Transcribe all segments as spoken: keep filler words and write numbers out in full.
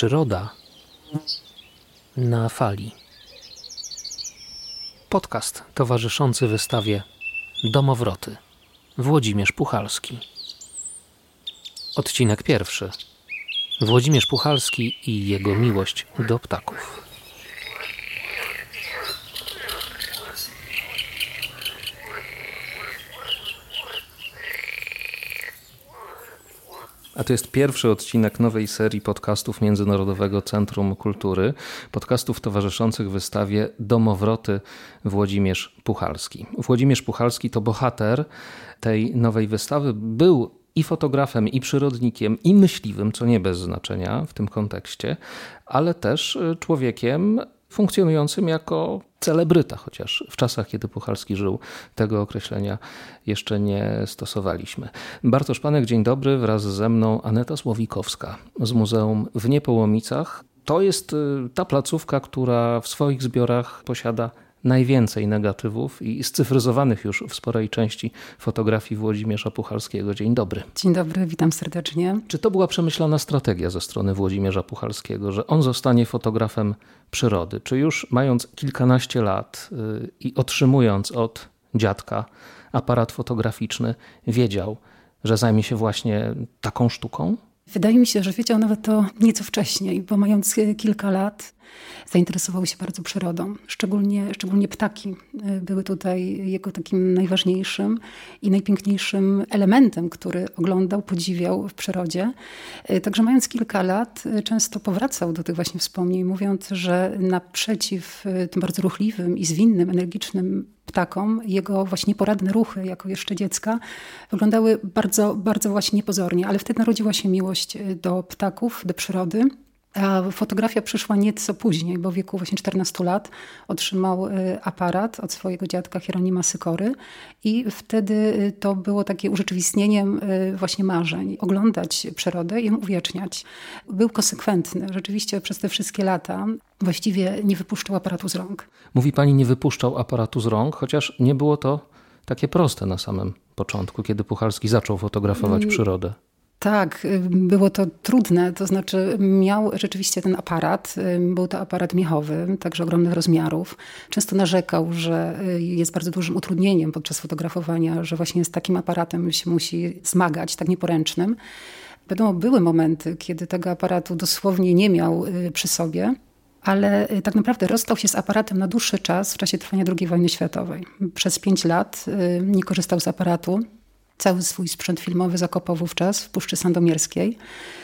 Przyroda na fali. Podcast towarzyszący wystawie Domowroty. Włodzimierz Puchalski. Odcinek pierwszy. Włodzimierz Puchalski i jego miłość do ptaków. A to jest pierwszy odcinek nowej serii podcastów Międzynarodowego Centrum Kultury, podcastów towarzyszących wystawie Domowroty Włodzimierz Puchalski. Włodzimierz Puchalski to bohater tej nowej wystawy. Był i fotografem, i przyrodnikiem, i myśliwym, co nie bez znaczenia w tym kontekście, ale też człowiekiem funkcjonującym jako celebryta, chociaż w czasach, kiedy Puchalski żył, tego określenia jeszcze nie stosowaliśmy. Bartosz Panek, dzień dobry, wraz ze mną Aneta Słowikowska z Muzeum w Niepołomicach. To jest ta placówka, która w swoich zbiorach posiada najwięcej negatywów i scyfryzowanych już w sporej części fotografii Włodzimierza Puchalskiego. Dzień dobry. Dzień dobry, witam serdecznie. Czy to była przemyślana strategia ze strony Włodzimierza Puchalskiego, że on zostanie fotografem przyrody? Czy już mając kilkanaście lat yy, i otrzymując od dziadka aparat fotograficzny, wiedział, że zajmie się właśnie taką sztuką? Wydaje mi się, że wiedział nawet to nieco wcześniej, bo mając kilka lat zainteresował się bardzo przyrodą. Szczególnie, szczególnie ptaki były tutaj jego takim najważniejszym i najpiękniejszym elementem, który oglądał, podziwiał w przyrodzie. Także mając kilka lat często powracał do tych właśnie wspomnień, mówiąc, że naprzeciw tym bardzo ruchliwym i zwinnym, energicznym ptakom, jego właśnie nieporadne ruchy jako jeszcze dziecka wyglądały bardzo, bardzo właśnie niepozornie, ale wtedy narodziła się miłość do ptaków, do przyrody. A fotografia przyszła nieco później, bo w wieku właśnie czternastu lat otrzymał aparat od swojego dziadka Hieronima Sykory i wtedy to było takie urzeczywistnieniem właśnie marzeń. Oglądać przyrodę i ją uwieczniać. Był konsekwentny. Rzeczywiście przez te wszystkie lata właściwie nie wypuszczał aparatu z rąk. Mówi pani, nie wypuszczał aparatu z rąk, chociaż nie było to takie proste na samym początku, kiedy Puchalski zaczął fotografować przyrodę. Tak, było to trudne, to znaczy miał rzeczywiście ten aparat, był to aparat miechowy, także ogromnych rozmiarów. Często narzekał, że jest bardzo dużym utrudnieniem podczas fotografowania, że właśnie z takim aparatem się musi zmagać, tak nieporęcznym. Wiadomo, były momenty, kiedy tego aparatu dosłownie nie miał przy sobie, ale tak naprawdę rozstał się z aparatem na dłuższy czas w czasie trwania drugiej wojny światowej. Przez pięć lat nie korzystał z aparatu. Cały swój sprzęt filmowy zakopał wówczas w Puszczy Sandomierskiej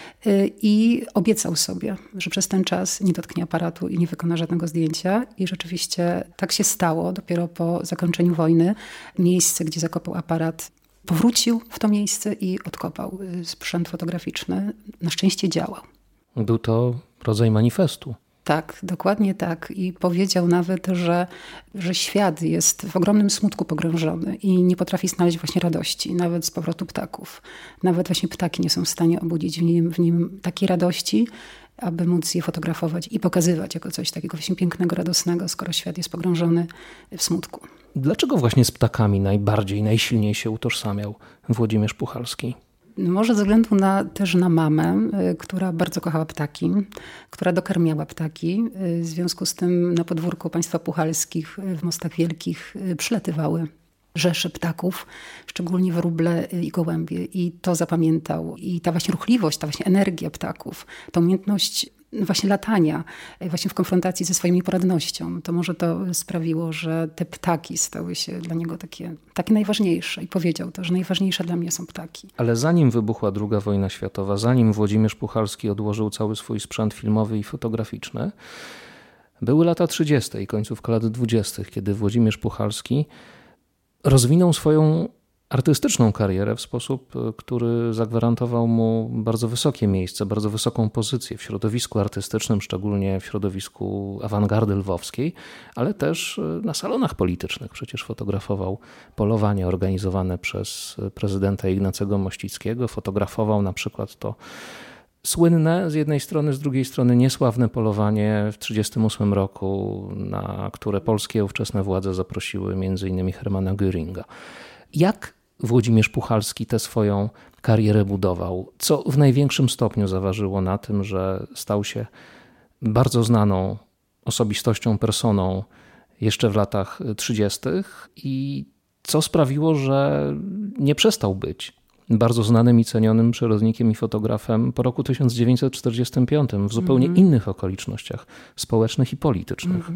i obiecał sobie, że przez ten czas nie dotknie aparatu i nie wykona żadnego zdjęcia. I rzeczywiście tak się stało. Dopiero po zakończeniu wojny miejsce, gdzie zakopał aparat, powrócił w to miejsce i odkopał sprzęt fotograficzny. Na szczęście działał. Był to rodzaj manifestu. Tak, dokładnie tak. I powiedział nawet, że, że świat jest w ogromnym smutku pogrążony i nie potrafi znaleźć właśnie radości, nawet z powrotu ptaków. Nawet właśnie ptaki nie są w stanie obudzić w nim, w nim takiej radości, aby móc je fotografować i pokazywać jako coś takiego właśnie pięknego, radosnego, skoro świat jest pogrążony w smutku. Dlaczego właśnie z ptakami najbardziej, najsilniej się utożsamiał Włodzimierz Puchalski? Może ze względu na, też na mamę, która bardzo kochała ptaki, która dokarmiała ptaki. W związku z tym na podwórku państwa Puchalskich w Mostach Wielkich przylatywały rzesze ptaków, szczególnie wróble i gołębie. I to zapamiętał. I ta właśnie ruchliwość, ta właśnie energia ptaków, ta umiejętność właśnie latania, właśnie w konfrontacji ze swoją nieporadnością, to może to sprawiło, że te ptaki stały się dla niego takie, takie najważniejsze. I powiedział to, że najważniejsze dla mnie są ptaki. Ale zanim wybuchła druga wojna światowa, zanim Włodzimierz Puchalski odłożył cały swój sprzęt filmowy i fotograficzny, były lata trzydzieste i końcówka lat dwudziestych, kiedy Włodzimierz Puchalski rozwinął swoją artystyczną karierę w sposób, który zagwarantował mu bardzo wysokie miejsce, bardzo wysoką pozycję w środowisku artystycznym, szczególnie w środowisku awangardy lwowskiej, ale też na salonach politycznych. Przecież fotografował polowania organizowane przez prezydenta Ignacego Mościckiego, fotografował na przykład to słynne z jednej strony, z drugiej strony niesławne polowanie w tysiąc dziewięćset trzydziestym ósmym roku, na które polskie ówczesne władze zaprosiły między innymi Hermana Göringa. Jak Włodzimierz Puchalski tę swoją karierę budował? Co w największym stopniu zaważyło na tym, że stał się bardzo znaną osobistością, personą jeszcze w latach trzydziestych i co sprawiło, że nie przestał być bardzo znanym i cenionym przyrodnikiem i fotografem po roku tysiąc dziewięćset czterdziestym piątym w zupełnie mm-hmm. innych okolicznościach społecznych i politycznych.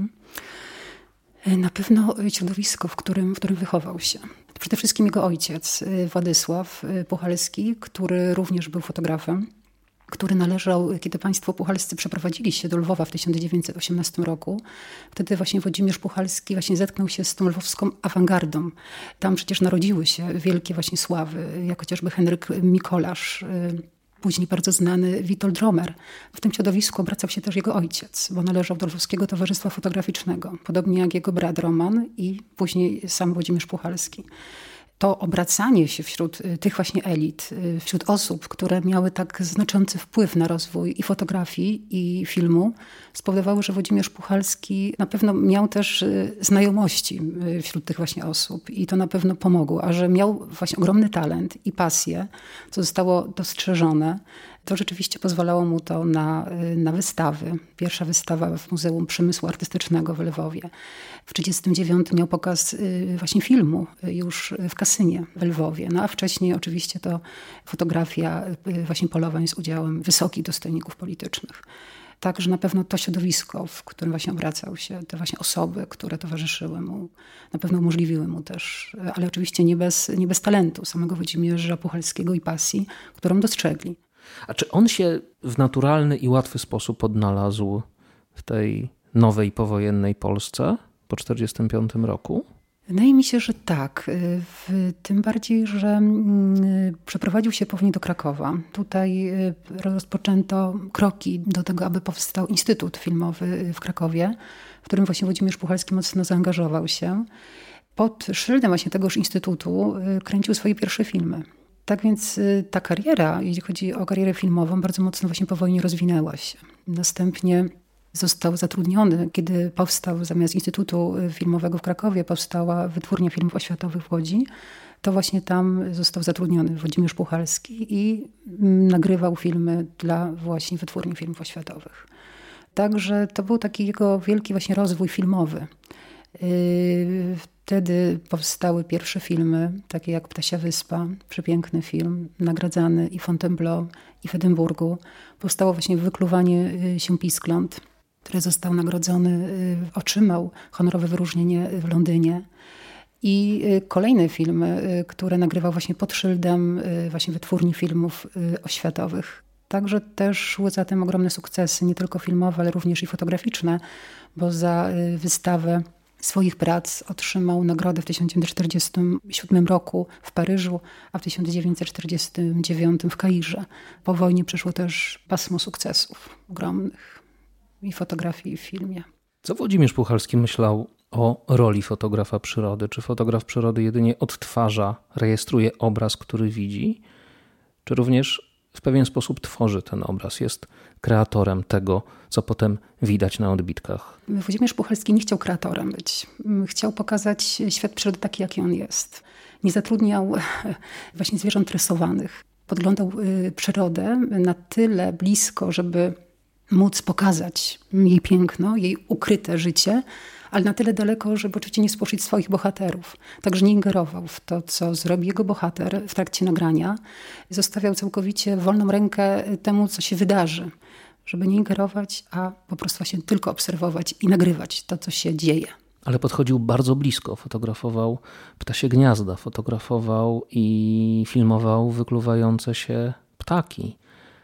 Mm-hmm. Na pewno środowisko, w którym, w którym wychował się. Przede wszystkim jego ojciec, Władysław Puchalski, który również był fotografem, który należał, kiedy państwo puchalscy przeprowadzili się do Lwowa w tysiąc dziewięćset osiemnastym roku. Wtedy właśnie Włodzimierz Puchalski właśnie zetknął się z tą lwowską awangardą. Tam przecież narodziły się wielkie właśnie sławy, jak chociażby Henryk Mikolasz, później bardzo znany Witold Romer. W tym środowisku obracał się też jego ojciec, bo należał do Lwowskiego Towarzystwa Fotograficznego, podobnie jak jego brat Roman i później sam Włodzimierz Puchalski. To obracanie się wśród tych właśnie elit, wśród osób, które miały tak znaczący wpływ na rozwój i fotografii, i filmu, spowodowało, że Włodzimierz Puchalski na pewno miał też znajomości wśród tych właśnie osób i to na pewno pomogło. A że miał właśnie ogromny talent i pasję, co zostało dostrzeżone, to rzeczywiście pozwalało mu to na, na wystawy. Pierwsza wystawa w Muzeum Przemysłu Artystycznego w Lwowie. W tysiąc dziewięćset trzydziestym dziewiątym miał pokaz właśnie filmu już w Kasynie w Lwowie. No a wcześniej oczywiście to fotografia właśnie polowań z udziałem wysokich dostojników politycznych. Także na pewno to środowisko, w którym właśnie obracał się, te właśnie osoby, które towarzyszyły mu, na pewno umożliwiły mu też, ale oczywiście nie bez, nie bez talentu samego Włodzimierza Puchalskiego i pasji, którą dostrzegli. A czy on się w naturalny i łatwy sposób odnalazł w tej nowej powojennej Polsce po tysiąc dziewięćset czterdziestym piątym roku? Wydaje mi się, że tak. Tym bardziej, że przeprowadził się później do Krakowa. Tutaj rozpoczęto kroki do tego, aby powstał Instytut Filmowy w Krakowie, w którym właśnie Włodzimierz Puchalski mocno zaangażował się. Pod szyldem właśnie tegoż instytutu kręcił swoje pierwsze filmy. Tak więc ta kariera, jeśli chodzi o karierę filmową, bardzo mocno właśnie po wojnie rozwinęła się. Następnie został zatrudniony, kiedy powstał zamiast Instytutu Filmowego w Krakowie, powstała Wytwórnia Filmów Oświatowych w Łodzi. To właśnie tam został zatrudniony Włodzimierz Puchalski i nagrywał filmy dla właśnie Wytwórni Filmów Oświatowych. Także to był taki jego wielki właśnie rozwój filmowy. Wtedy powstały pierwsze filmy, takie jak Ptasia Wyspa, przepiękny film, nagradzany i w Fontainebleau, i w Edynburgu. Powstało właśnie Wykluwanie się piskląt, który został nagrodzony, otrzymał honorowe wyróżnienie w Londynie. I kolejne filmy, które nagrywał właśnie pod szyldem właśnie Wytwórni Filmów Oświatowych. Także też szły za tym ogromne sukcesy, nie tylko filmowe, ale również i fotograficzne, bo za wystawę swoich prac otrzymał nagrodę w tysiąc dziewięćset czterdziestym siódmym roku w Paryżu, a w tysiąc dziewięćset czterdziestym dziewiątym w Kairze. Po wojnie przyszło też pasmo sukcesów ogromnych i fotografii, i w filmie. Co Włodzimierz Puchalski myślał o roli fotografa przyrody? Czy fotograf przyrody jedynie odtwarza, rejestruje obraz, który widzi? Czy również w pewien sposób tworzy ten obraz, jest kreatorem tego, co potem widać na odbitkach? Włodzimierz Puchalski nie chciał kreatorem być. Chciał pokazać świat przyrody taki, jaki on jest. Nie zatrudniał właśnie zwierząt rysowanych. Podglądał przyrodę na tyle blisko, żeby móc pokazać jej piękno, jej ukryte życie, ale na tyle daleko, żeby oczywiście nie spłoszyć swoich bohaterów. Także nie ingerował w to, co zrobi jego bohater w trakcie nagrania. Zostawiał całkowicie wolną rękę temu, co się wydarzy, żeby nie ingerować, a po prostu właśnie tylko obserwować i nagrywać to, co się dzieje. Ale podchodził bardzo blisko, fotografował ptasie gniazda, fotografował i filmował wykluwające się ptaki.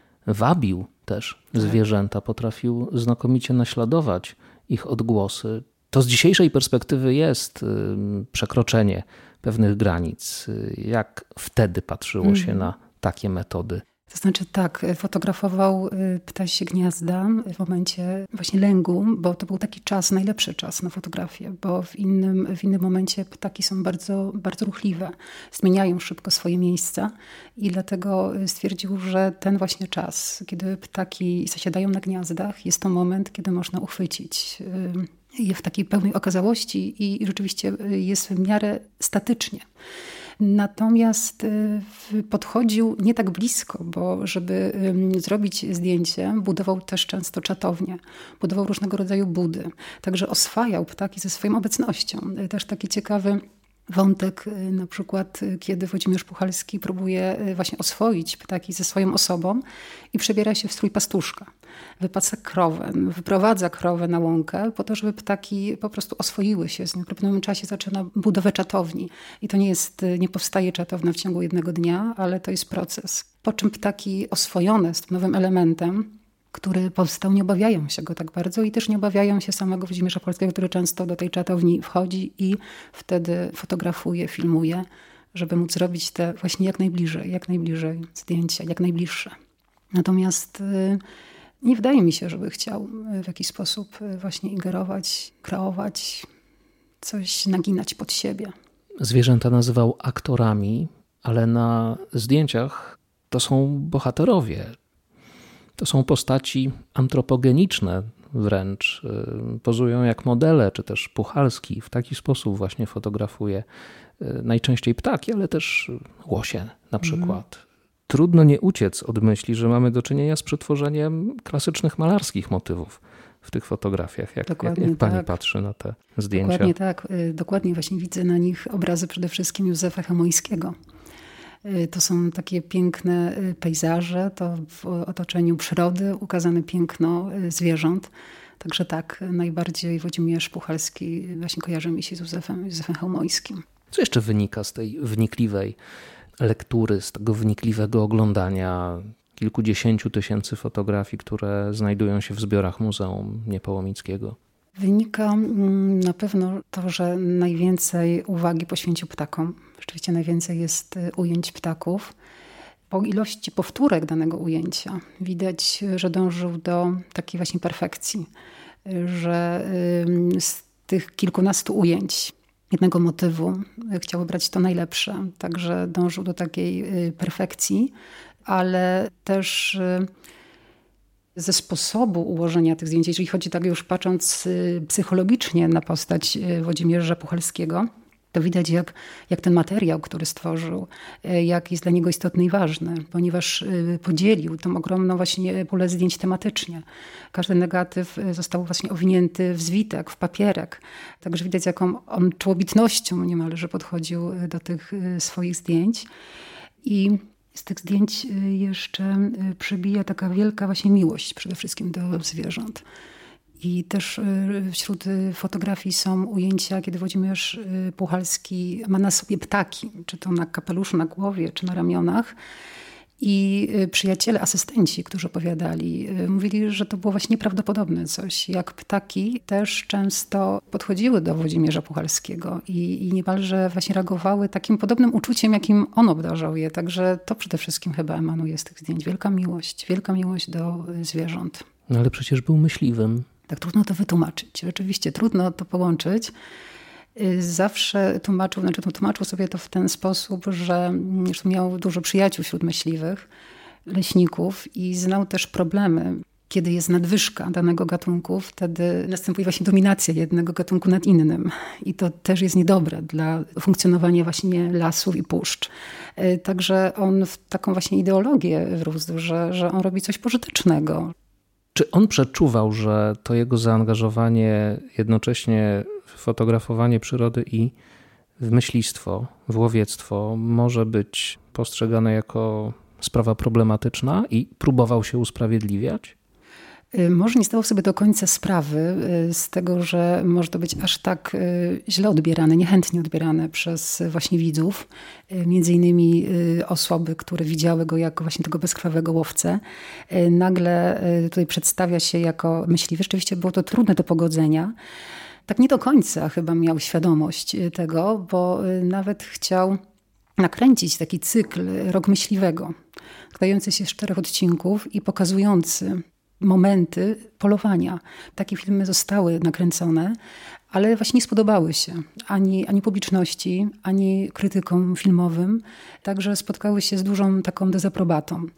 Wabił też zwierzęta, potrafił znakomicie naśladować ich odgłosy. To z dzisiejszej perspektywy jest przekroczenie pewnych granic. Jak wtedy patrzyło mm. się na takie metody? To znaczy tak, fotografował ptasie gniazda w momencie właśnie lęgu, bo to był taki czas, najlepszy czas na fotografię, bo w innym, w innym momencie ptaki są bardzo, bardzo ruchliwe, zmieniają szybko swoje miejsca i dlatego stwierdził, że ten właśnie czas, kiedy ptaki zasiadają na gniazdach, jest to moment, kiedy można uchwycić je w takiej pełnej okazałości i rzeczywiście jest w miarę statycznie. Natomiast podchodził nie tak blisko, bo żeby zrobić zdjęcie, budował też często czatownię. Budował różnego rodzaju budy. Także oswajał ptaki ze swoją obecnością. Też taki ciekawy wątek, na przykład kiedy Włodzimierz Puchalski próbuje właśnie oswoić ptaki ze swoją osobą i przebiera się w strój pastuszka. Wypaca krowę, wyprowadza krowę na łąkę po to, żeby ptaki po prostu oswoiły się z nim. W pewnym czasie zaczyna budowę czatowni. I to nie jest, nie powstaje czatowna w ciągu jednego dnia, ale to jest proces. Po czym ptaki oswojone z tym nowym elementem, który powstał, nie obawiają się go tak bardzo i też nie obawiają się samego Włodzimierza Puchalskiego, który często do tej czatowni wchodzi i wtedy fotografuje, filmuje, żeby móc zrobić te właśnie jak najbliżej, jak najbliżej zdjęcia, jak najbliższe. Natomiast nie wydaje mi się, żeby chciał w jakiś sposób właśnie ingerować, kreować, coś naginać pod siebie. Zwierzęta nazywał aktorami, ale na zdjęciach to są bohaterowie. To są postaci antropogeniczne wręcz. Pozują jak modele, czy też Puchalski w taki sposób właśnie fotografuje najczęściej ptaki, ale też łosie na przykład. Mm. Trudno nie uciec od myśli, że mamy do czynienia z przetworzeniem klasycznych malarskich motywów w tych fotografiach. Jak, jak, jak pani tak. patrzy na te zdjęcia? Dokładnie tak. Dokładnie właśnie widzę na nich obrazy przede wszystkim Józefa Chemońskiego. To są takie piękne pejzaże, to w otoczeniu przyrody ukazane piękno zwierząt. Także tak, najbardziej Włodzimierz Puchalski właśnie kojarzy mi się z Józefem, Józefem Chemońskim. Co jeszcze wynika z tej wnikliwej lektury, z tego wnikliwego oglądania kilkudziesięciu tysięcy fotografii, które znajdują się w zbiorach Muzeum Niepołomickiego? Wynika na pewno to, że najwięcej uwagi poświęcił ptakom. Rzeczywiście najwięcej jest ujęć ptaków. Po ilości powtórek danego ujęcia widać, że dążył do takiej właśnie perfekcji, że z tych kilkunastu ujęć jednego motywu chciał wybrać to najlepsze. Także dążył do takiej perfekcji, ale też ze sposobu ułożenia tych zdjęć, jeżeli chodzi tak już patrząc psychologicznie na postać Włodzimierza Puchalskiego, to widać jak, jak ten materiał, który stworzył, jak jest dla niego istotny i ważny, ponieważ podzielił tą ogromną właśnie pulę zdjęć tematycznie. Każdy negatyw został właśnie owinięty w zwitek, w papierek. Także widać, jaką on czołobitnością niemalże podchodził do tych swoich zdjęć. I z tych zdjęć jeszcze przebija taka wielka właśnie miłość przede wszystkim do zwierząt. I też wśród fotografii są ujęcia, kiedy Włodzimierz Puchalski ma na sobie ptaki, czy to na kapeluszu, na głowie, czy na ramionach. I przyjaciele, asystenci, którzy opowiadali, mówili, że to było właśnie nieprawdopodobne coś. Jak ptaki też często podchodziły do Włodzimierza Puchalskiego i, i niemalże właśnie reagowały takim podobnym uczuciem, jakim on obdarzał je. Także to przede wszystkim chyba emanuje z tych zdjęć. Wielka miłość, wielka miłość do zwierząt. No ale przecież był myśliwym. Tak trudno to wytłumaczyć. Rzeczywiście trudno to połączyć. Zawsze tłumaczył, znaczy tłumaczył sobie to w ten sposób, że miał dużo przyjaciół wśród myśliwych, leśników i znał też problemy. Kiedy jest nadwyżka danego gatunku, wtedy następuje właśnie dominacja jednego gatunku nad innym. I to też jest niedobre dla funkcjonowania właśnie lasów i puszcz. Także on w taką właśnie ideologię wrósł, że, że on robi coś pożytecznego. Czy on przeczuwał, że to jego zaangażowanie, jednocześnie w fotografowanie przyrody i w myślistwo, w łowiectwo może być postrzegane jako sprawa problematyczna i próbował się usprawiedliwiać? Może nie zdawał sobie do końca sprawy z tego, że może to być aż tak źle odbierane, niechętnie odbierane przez właśnie widzów. Między innymi osoby, które widziały go jako właśnie tego bezkrwawego łowcę. Nagle tutaj przedstawia się jako myśliwy. Rzeczywiście było to trudne do pogodzenia. Tak nie do końca chyba miał świadomość tego, bo nawet chciał nakręcić taki cykl Rok Myśliwego, składający się z czterech odcinków i pokazujący momenty polowania. Takie filmy zostały nakręcone, ale właśnie nie spodobały się ani, ani publiczności, ani krytykom filmowym. Także spotkały się z dużą taką dezaprobatą.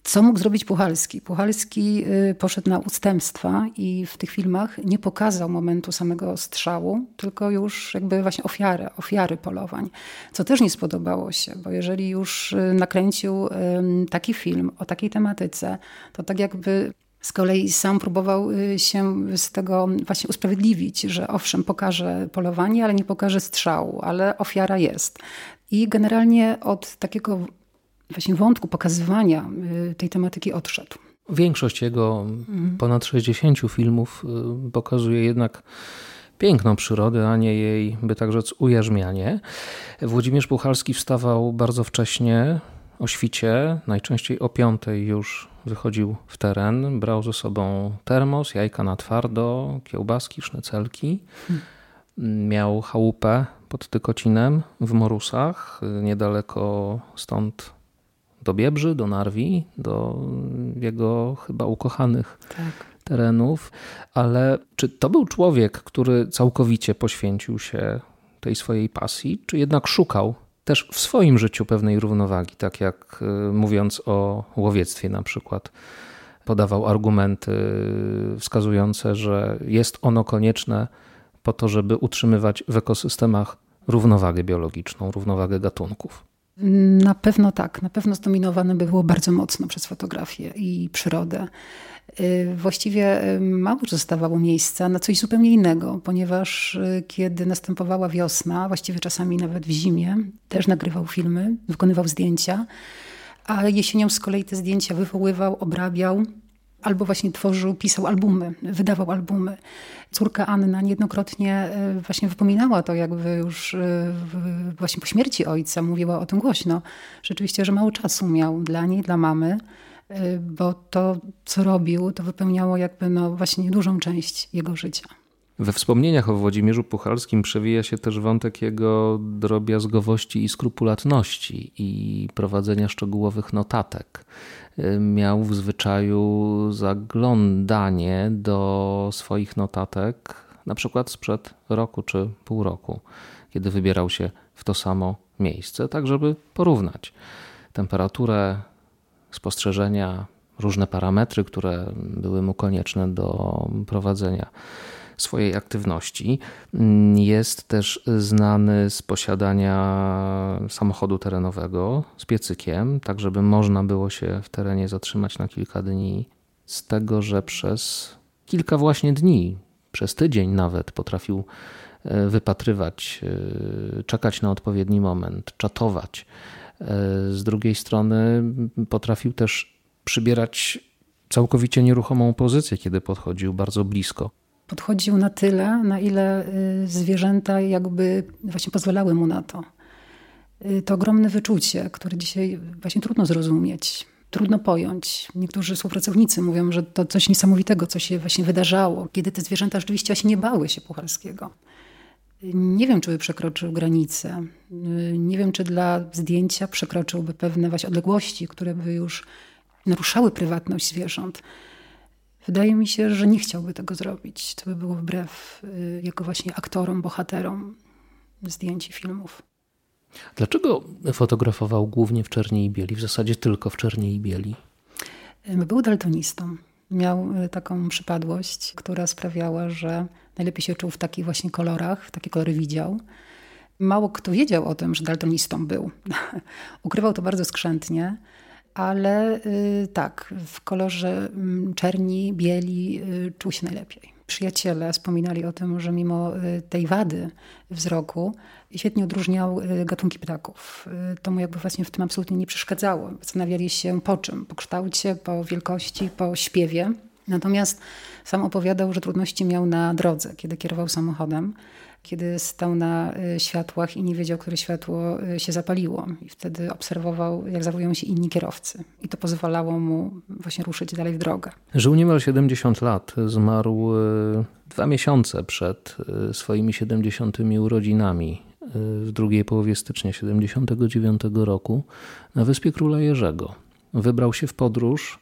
Co mógł zrobić Puchalski? Puchalski poszedł na ustępstwa i w tych filmach nie pokazał momentu samego strzału, tylko już jakby właśnie ofiary, ofiary polowań. Co też nie spodobało się, bo jeżeli już nakręcił taki film o takiej tematyce, to tak jakby z kolei sam próbował się z tego właśnie usprawiedliwić, że owszem, pokaże polowanie, ale nie pokaże strzału, ale ofiara jest. I generalnie od takiego właśnie wątku pokazywania tej tematyki odszedł. Większość jego mhm. ponad sześćdziesięciu filmów pokazuje jednak piękną przyrodę, a nie jej, by tak rzec, ujarzmianie. Włodzimierz Puchalski wstawał bardzo wcześnie, o świcie, najczęściej o piątej już wychodził w teren, brał ze sobą termos, jajka na twardo, kiełbaski, sznycelki. Hmm. Miał chałupę pod Tykocinem w Morusach, niedaleko stąd do Biebrzy, do Narwi, do jego chyba ukochanych tak. terenów. Ale czy to był człowiek, który całkowicie poświęcił się tej swojej pasji, czy jednak szukał też w swoim życiu pewnej równowagi, tak jak mówiąc o łowiectwie na przykład, podawał argumenty wskazujące, że jest ono konieczne po to, żeby utrzymywać w ekosystemach równowagę biologiczną, równowagę gatunków. Na pewno tak. Na pewno zdominowane by było bardzo mocno przez fotografię i przyrodę. Właściwie mało zostawało miejsca na coś zupełnie innego, ponieważ kiedy następowała wiosna, właściwie czasami nawet w zimie, też nagrywał filmy, wykonywał zdjęcia, a jesienią z kolei te zdjęcia wywoływał, obrabiał, albo właśnie tworzył, pisał albumy, wydawał albumy. Córka Anna niejednokrotnie właśnie wypominała to, jakby już właśnie po śmierci ojca mówiła o tym głośno. Rzeczywiście, że mało czasu miał dla niej, dla mamy, bo to, co robił, to wypełniało jakby no właśnie dużą część jego życia. We wspomnieniach o Włodzimierzu Puchalskim przewija się też wątek jego drobiazgowości i skrupulatności i prowadzenia szczegółowych notatek. Miał w zwyczaju zaglądanie do swoich notatek, na przykład sprzed roku czy pół roku, kiedy wybierał się w to samo miejsce, tak żeby porównać temperaturę, spostrzeżenia, różne parametry, które były mu konieczne do prowadzenia swojej aktywności. Jest też znany z posiadania samochodu terenowego z piecykiem, tak żeby można było się w terenie zatrzymać na kilka dni. Z tego, że przez kilka właśnie dni, przez tydzień nawet potrafił wypatrywać, czekać na odpowiedni moment, czatować. Z drugiej strony potrafił też przybierać całkowicie nieruchomą pozycję, kiedy podchodził bardzo blisko. Podchodził na tyle, na ile zwierzęta jakby właśnie pozwalały mu na to. To ogromne wyczucie, które dzisiaj właśnie trudno zrozumieć, trudno pojąć. Niektórzy współpracownicy mówią, że to coś niesamowitego, co się właśnie wydarzało, kiedy te zwierzęta rzeczywiście właśnie nie bały się Puchalskiego. Nie wiem, czy by przekroczył granice. Nie wiem, czy dla zdjęcia przekroczyłby pewne właśnie odległości, które by już naruszały prywatność zwierząt. Wydaje mi się, że nie chciałby tego zrobić. To by było wbrew jako właśnie aktorom, bohaterom zdjęć i filmów. Dlaczego fotografował głównie w czerni i bieli, w zasadzie tylko w czerni i bieli? Był daltonistą. Miał taką przypadłość, która sprawiała, że najlepiej się czuł w takich właśnie kolorach, takie kolory widział. Mało kto wiedział o tym, że daltonistą był. Ukrywał to bardzo skrzętnie. Ale y, tak, w kolorze czerni, bieli y, czuł się najlepiej. Przyjaciele wspominali o tym, że mimo y, tej wady wzroku świetnie odróżniał y, gatunki ptaków. Y, to mu jakby właśnie w tym absolutnie nie przeszkadzało. Zastanawiali się po czym? Po kształcie, po wielkości, po śpiewie. Natomiast sam opowiadał, że trudności miał na drodze, kiedy kierował samochodem, kiedy stał na światłach i nie wiedział, które światło się zapaliło. I wtedy obserwował, jak zachowują się inni kierowcy. I to pozwalało mu właśnie ruszyć dalej w drogę. Żył niemal siedemdziesiąt lat. Zmarł dwa miesiące przed swoimi siedemdziesiątymi urodzinami w drugiej połowie stycznia siedemdziesiątego dziewiątego roku na Wyspie Króla Jerzego. Wybrał się w podróż,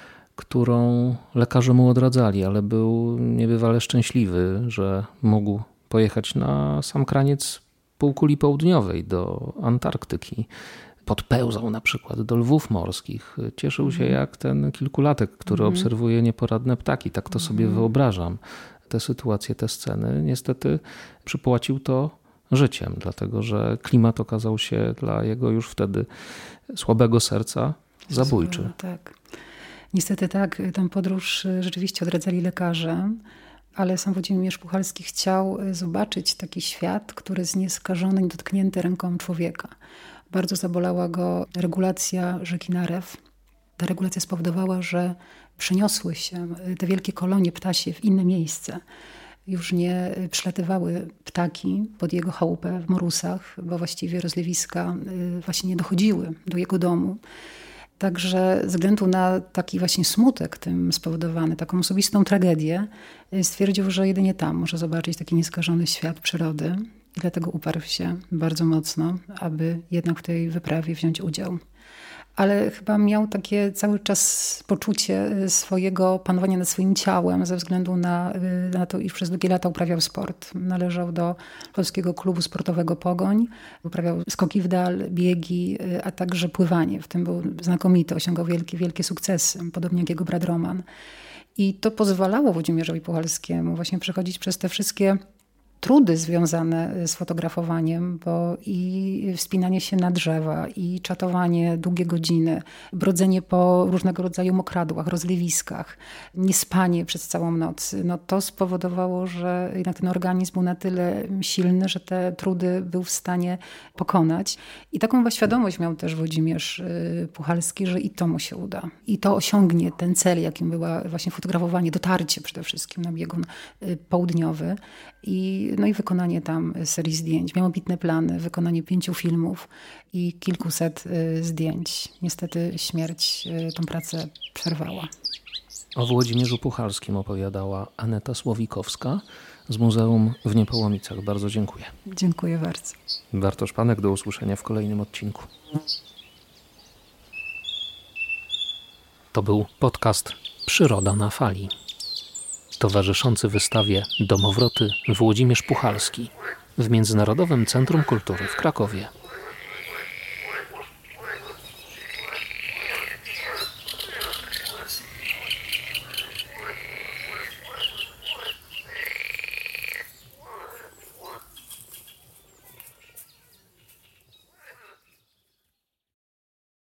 którą lekarze mu odradzali, ale był niebywale szczęśliwy, że mógł pojechać na sam kraniec półkuli południowej do Antarktyki. podpełzał na przykład do lwów morskich. Cieszył się Mhm. jak ten kilkulatek, który Mhm. obserwuje nieporadne ptaki. Tak to sobie Mhm. wyobrażam. Te sytuacje, te sceny. Niestety przypłacił to życiem, dlatego że klimat okazał się dla jego już wtedy słabego serca zabójczy. Złe, tak. Niestety tak, tę podróż rzeczywiście odradzali lekarze, ale sam Włodzimierz Puchalski chciał zobaczyć taki świat, który jest nieskażony, niedotknięty ręką człowieka. Bardzo zabolała go regulacja rzeki Narew. Ta regulacja spowodowała, że przeniosły się te wielkie kolonie ptasie w inne miejsce. Już nie przylatywały ptaki pod jego chałupę w Morusach, bo właściwie rozlewiska właśnie nie dochodziły do jego domu. Także ze względu na taki właśnie smutek tym spowodowany, taką osobistą tragedię, stwierdził, że jedynie tam może zobaczyć taki nieskażony świat przyrody i dlatego uparł się bardzo mocno, aby jednak w tej wyprawie wziąć udział. Ale chyba miał takie cały czas poczucie swojego panowania nad swoim ciałem ze względu na, na to, iż przez długie lata uprawiał sport. Należał do Polskiego Klubu Sportowego Pogoń, uprawiał skoki w dal, biegi, a także pływanie. W tym był znakomity, osiągał wielkie, wielkie sukcesy, podobnie jak jego brat Roman. I to pozwalało Włodzimierzowi Puchalskiemu właśnie przechodzić przez te wszystkie trudy związane z fotografowaniem, bo i wspinanie się na drzewa, i czatowanie długie godziny, brodzenie po różnego rodzaju mokradłach, rozlewiskach, niespanie przez całą noc. No to spowodowało, że jednak ten organizm był na tyle silny, że te trudy był w stanie pokonać. I taką świadomość miał też Włodzimierz Puchalski, że i to mu się uda. I to osiągnie ten cel, jakim była właśnie fotografowanie, dotarcie przede wszystkim na biegun południowy. I, no i wykonanie tam serii zdjęć. Miał ambitne plany, wykonanie pięciu filmów i kilkuset zdjęć. Niestety śmierć tą pracę przerwała. O Włodzimierzu Puchalskim opowiadała Aneta Słowikowska z Muzeum w Niepołomicach. Bardzo dziękuję. Dziękuję bardzo. Bartosz Panek, do usłyszenia w kolejnym odcinku. To był podcast Przyroda na fali. Towarzyszący wystawie Domowroty Włodzimierz Puchalski w Międzynarodowym Centrum Kultury w Krakowie.